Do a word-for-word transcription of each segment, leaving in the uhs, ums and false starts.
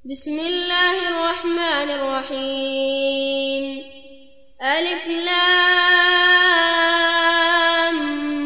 بسم الله الرحمن الرحيم. ألف لام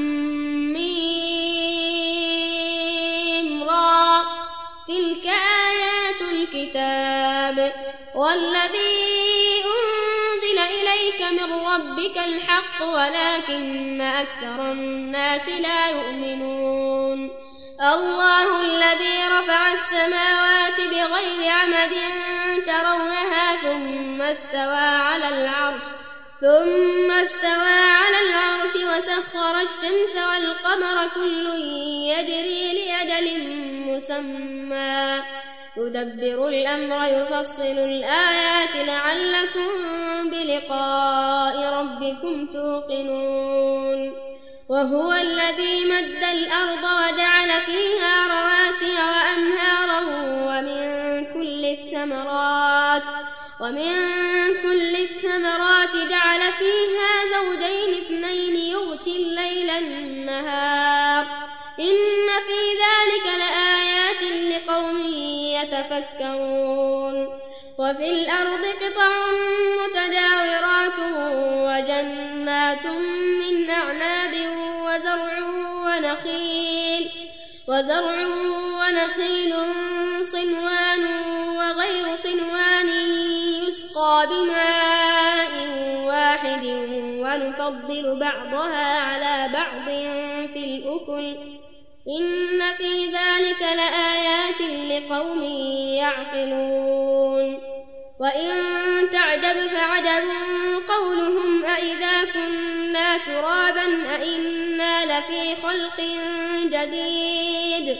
ميم را، تلك آيات الكتاب والذي أنزل إليك من ربك الحق ولكن أكثر الناس لا يؤمنون. الله الذي رفع السماوات بغير عمد ترونها ثم استوى على العرش ثم استوى على العرش وسخر الشمس والقمر كل يجري لأجل مسمى يدبر الأمر يفصل الآيات لعلكم بلقاء ربكم توقنون. وهو الذي مد الأرض وجعل فيها رواسي وأنهارا ومن كل الثمرات ومن كل الثمرات جعل فيها زوجين اثنين يغشي الليل النهار إن في ذلك لآيات لقوم يتفكرون. وفي الأرض قطع متجاورات وجنات من أعناب وزرع ونخيل وزرع ونخيل صنوان وغير صنوان يسقى بماء واحد ونفضل بعضها على بعض في الأكل إن في ذلك لآيات لقوم يعقلون. وإن تعجب فعجب قولهم أإذا كنا ترابا أإنا لفي خلق جديد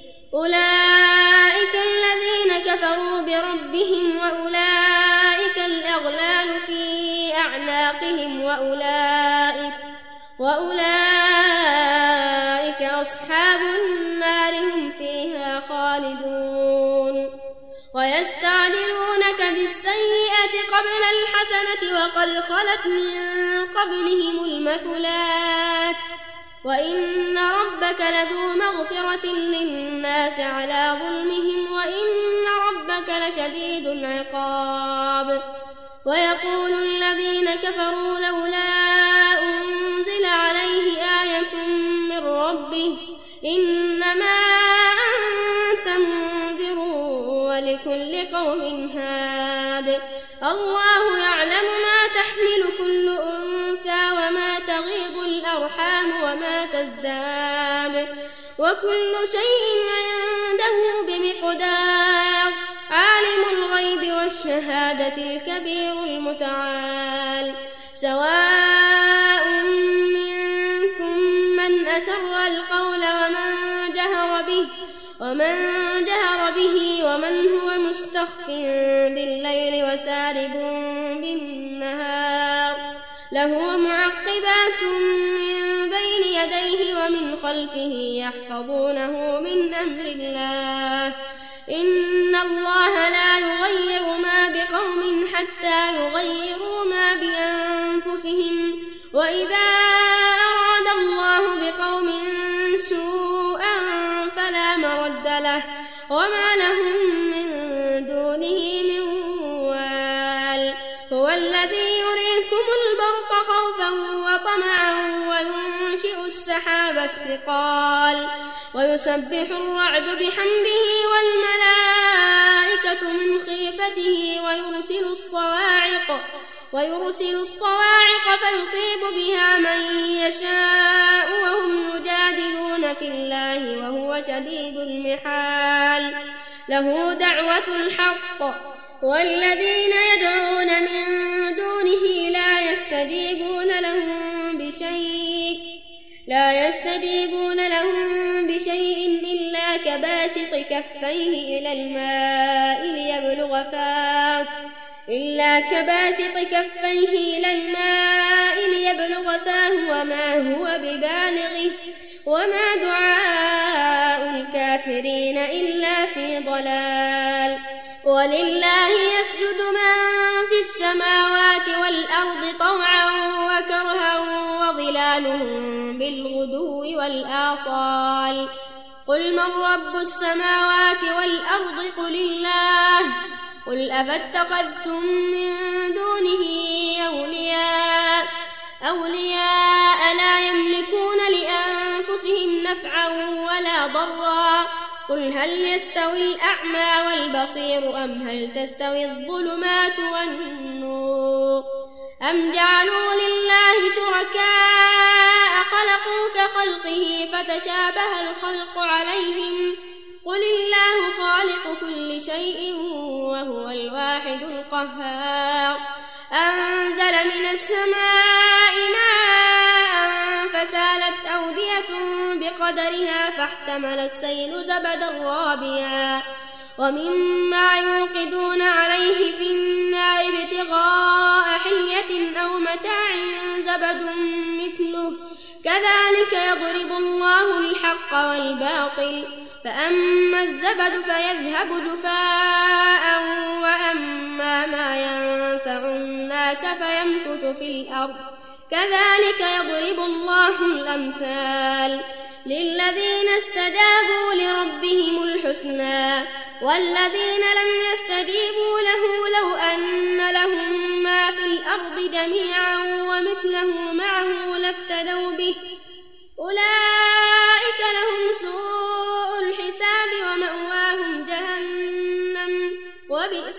أولئك الذين كفروا بربهم وأولئك الأغلال في أعناقهم وأولئك وأولئك أصحاب النار هم فيها خالدون. ويستعجلونك بالسيئة قبل الحسنة وقد خلت من قبلهم المثلات وإن ربك لذو مغفرة للناس على ظلمهم وإن ربك لشديد العقاب. ويقول الذين كفروا لولا أنزل عليه آية من ربه إنما أنت منذر ولكل قوم هاد الله يعلم ما تحمل كل أنثى وما تغيض الأرحام وما تزداد وكل شيء عنده بمقدار. عالم الغيب والشهادة الكبير المتعال. سواء منكم من أسر القول ومن جهر به ومن جهر به ومن هو مستخف بالليل وسارب بالنهار له معقبات من بين يديه ومن خلفه يحفظونه من أمر الله إن الله لا يغير ما بقوم حتى يغيروا ما بأنفسهم وإذا أراد الله بقوم سوءا فلا مرد له وما لهم من دونه من وال. هو الذي يريكم البرق خوفا وطمعا وينشئ السحاب الثقال ويسبح الرعد بحمده والملائكة من خيفته ويرسل الصواعق ويرسل الصواعق فيصيب بها من يشاء وهم يجادلون في الله وهو شديد المحال. له دعوة الحق والذين يدعون من دونه لا يستجيبون لهم بشيء لا يستجيبون لهم بشيء إلا كباسط كفيه إلى الماء ليبلغ فاه إلا كباسط كفيه إلى الماء ليبلغ فاه وما هو ببالغه وما دعاء الكافرين إلا في ضلال. ولله يسجد من في السماوات والأرض طوعا وكرها وظلالهم بالغدو والآصال. قل من رب السماوات والأرض قل الله قل أفاتخذتم من دونه أولياء أولياء لا يملكون لأنفسهم نفعا ولا ضرا قل هل يستوي الأعمى والبصير أم هل تستوي الظلمات والنور أم جعلوا لله شركاء خلقوا كخلقه فتشابه الخلق عليهم قل الله خالق كل شيء وهو الواحد القهار أنزل من السماء ماء فسالت أودية بقدرها فاحتمل السيل زبدا رابيا ومما يوقدون عليه في النار ابتغاء حلية أو متاع زبد مثله كذلك يضرب الله الحق والباطل فأما الزبد فيذهب جفاء وأما ما ينفع الناس فيمكث في الأرض كذلك يضرب الله الأمثال للذين استجابوا لربهم الحسنى والذين لم يستجيبوا له لو أن لهم ما في الأرض جميعا ومثله معه لافتدوا به أولئك لهم سوء الحساب ومأواهم جهنم وبئس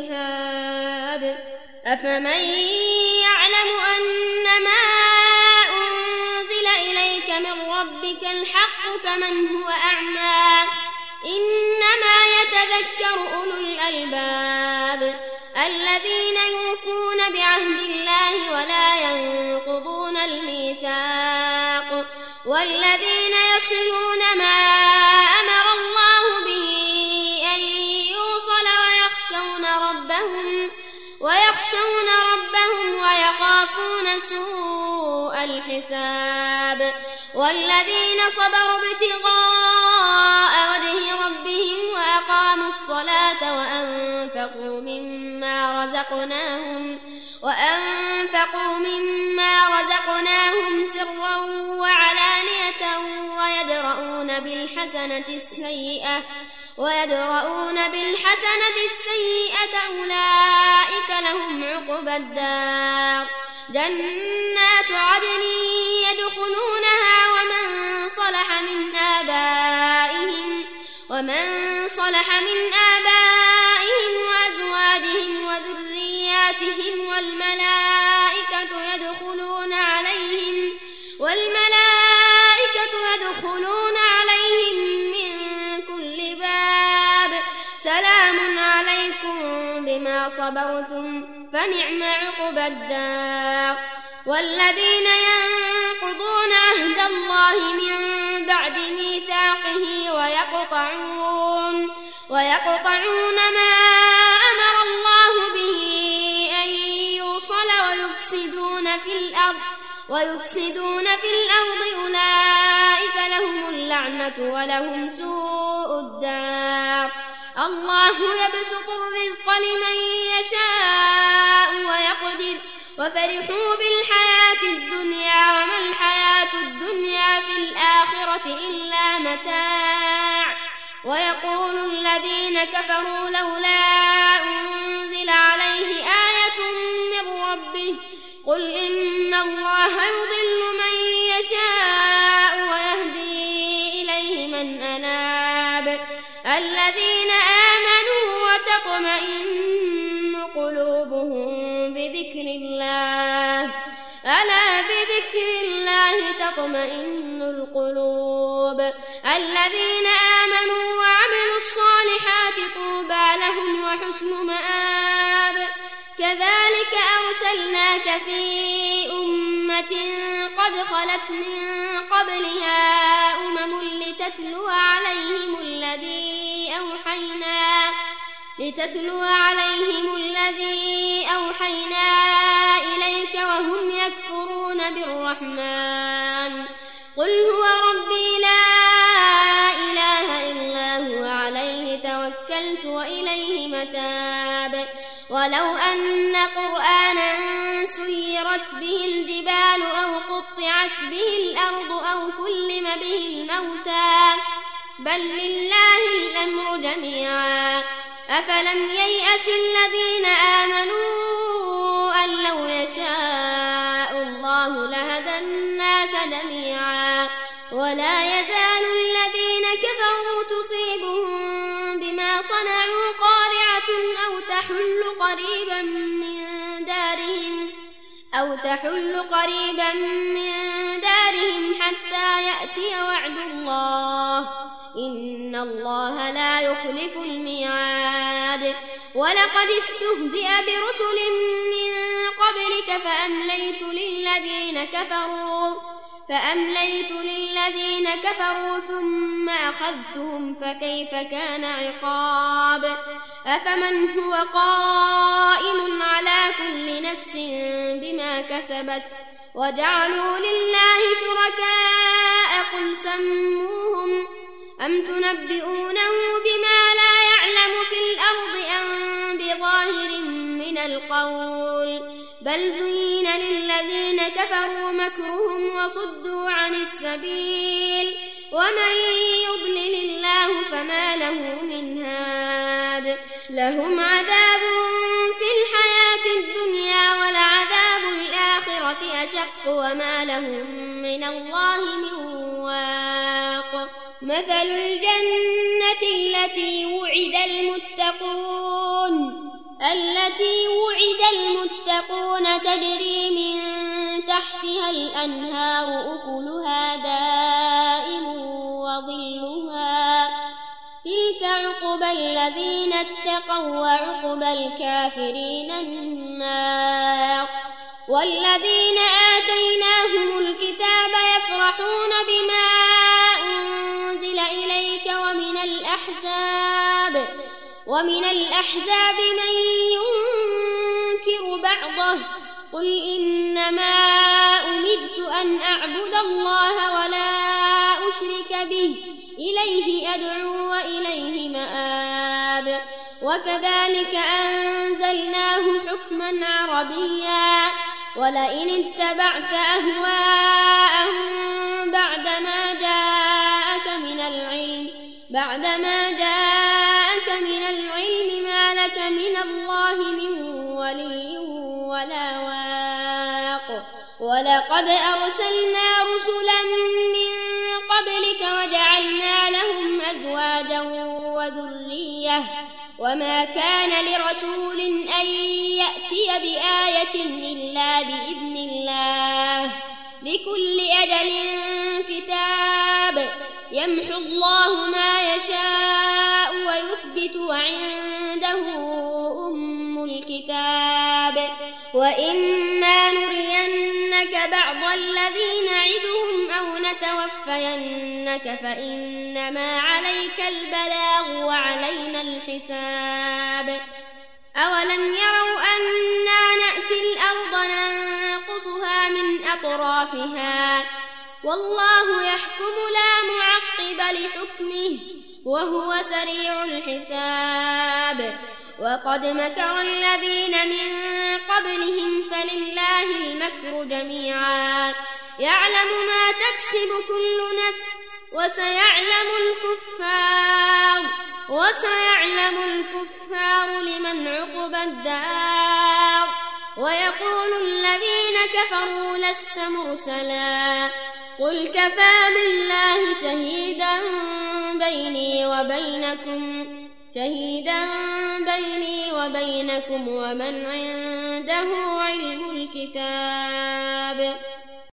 المهاد أفمن يعلم أنما أنزل إليك من ربك الحق كمن هو أعمى إنما يتذكر أولو الألباب الذين يوفون بعهد الله ولا ينقضون الميثاق والذين يصلون ما أمر الله به أن يوصل ويخشون ربهم ويخشون ربهم ويخافون سوء الحساب والذين صبروا ابتغاء وجه ربهم وأقاموا الصلاة وأنفقوا مما رزقناهم وأنفقوا مما رزقناهم سرا وعلانية ويدرؤون بالحسنة السيئة ويدرؤون بالحسنة السيئة أولئك لهم عقبى الدار جنات عدن يدخلونها ومن صلح من آبائهم ومن صلح من آبائهم وأزواجهم وذرياتهم والملائكة يدخلون عليهم والملائكة يدخلون عليهم من كل باب سلام عليكم بما صبرتم فنعم عقبى الدار والذين ينقضون عهد الله من بعد ميثاقه ويقطعون ويقطعون ما أمر الله به أن يوصل ويفسدون في الأرض ويفسدون في الأرض أولئك لهم اللعنة ولهم سوء الدار الله يبسط الرزق لمن يشاء ويقدر وفرحوا بالحياة الدنيا وما الحياة الدنيا في الآخرة إلا متاع ويقول الذين كفروا لولا أنزل عليه آية من ربه قل إن الله يضل من يشاء ويهدي إليه من أناب الذين آمنوا وتطمئن قلوبهم بذكر الله ألا بذكر الله تطمئن القلوب الذين آمنوا وعملوا الصالحات طوبى لهم وحسن مآب كذلك أرسلناك في أمة قد خلت من قبلها أمم لتتلو عليهم الذي أوحينا لتتلو عليهم الذي أوحينا إليك وهم يكفرون بالرحمن قل هو ربي لا إله إلا هو عليه توكلت وإليه متاب ولو أن قرآنا سيرت به الجبال أو قطعت به الأرض أو كلم به الموتى بل لله الأمر جميعا أفلم ييأس الذين آمنوا أن لو يشاء الله لهدى الناس جميعا ولا يزال الذين كفروا تصيبهم بما صنعوا قارعة أو تحل قريبا من دارهم أو تحل قريبا من دارهم حتى يأتي وعد الله إن الله لا يخلف الميعاد ولقد استهزئ برسل من قبلك فأمليت للذين كفروا فأمليت للذين كفروا ثم أخذتهم فكيف كان عقاب أفمن هو قائم على كل نفس بما كسبت وجعلوا لله شركاء قل سموهم أم تنبئونه بما لا يعلم في الأرض أم بظاهر من القول بل زين للذين كفروا مكرهم وصدوا عن السبيل ومن يضلل الله فما له من هاد لهم عذاب في الحياة الدنيا ولعذاب الآخرة أشق وما لهم من الله من واق مثل الجنة التي وعد المتقون التي وعد المتقون تجري من تحتها الأنهار أكلها دائم وظلها تلك عقبى الذين اتقوا وعقبى الكافرين النار والذين آتيناهم الكتاب يفرحون بما أنزل إليك ومن الأحزاب ومن الأحزاب من ينكر بعضه قل إنما أمرت أن أعبد الله ولا أشرك به إليه أدعو وإليه مآب وكذلك أنزلناه حكما عربيا ولئن اتبعت أهواءهم بعدما جاءك من العلم بعدما جاءك من العلم ما لك من الله من ولي ولا واق ولقد أرسلنا رسلا من قبلك وجعلنا لهم أزواجا وذرية وما كان لرسول أن يأتي بآية إلا بإذن الله لكل أجل كتاب يمحو الله ما يشاء ويثبت وعنده أم الكتاب وإما نرينك بعض الذي نعدهم أو نتوفينك فإنما عليك البلاغ وعلينا الحساب أولم يروا أنا نأتي الأرض ننقصها من أطرافها والله يحكم لا معقب لحكمه وهو سريع الحساب وقد مكر الذين من قبلهم فلله المكر جميعا يعلم ما تكسب كل نفس وسيعلم الكفار وسيعلم الكفار لمن عقبى الدار ويقول الذين كفروا لست مرسلا قل كفى بالله شهيدا بيني وبينكم شهيدا بيني وبينكم ومن عنده علم الكتاب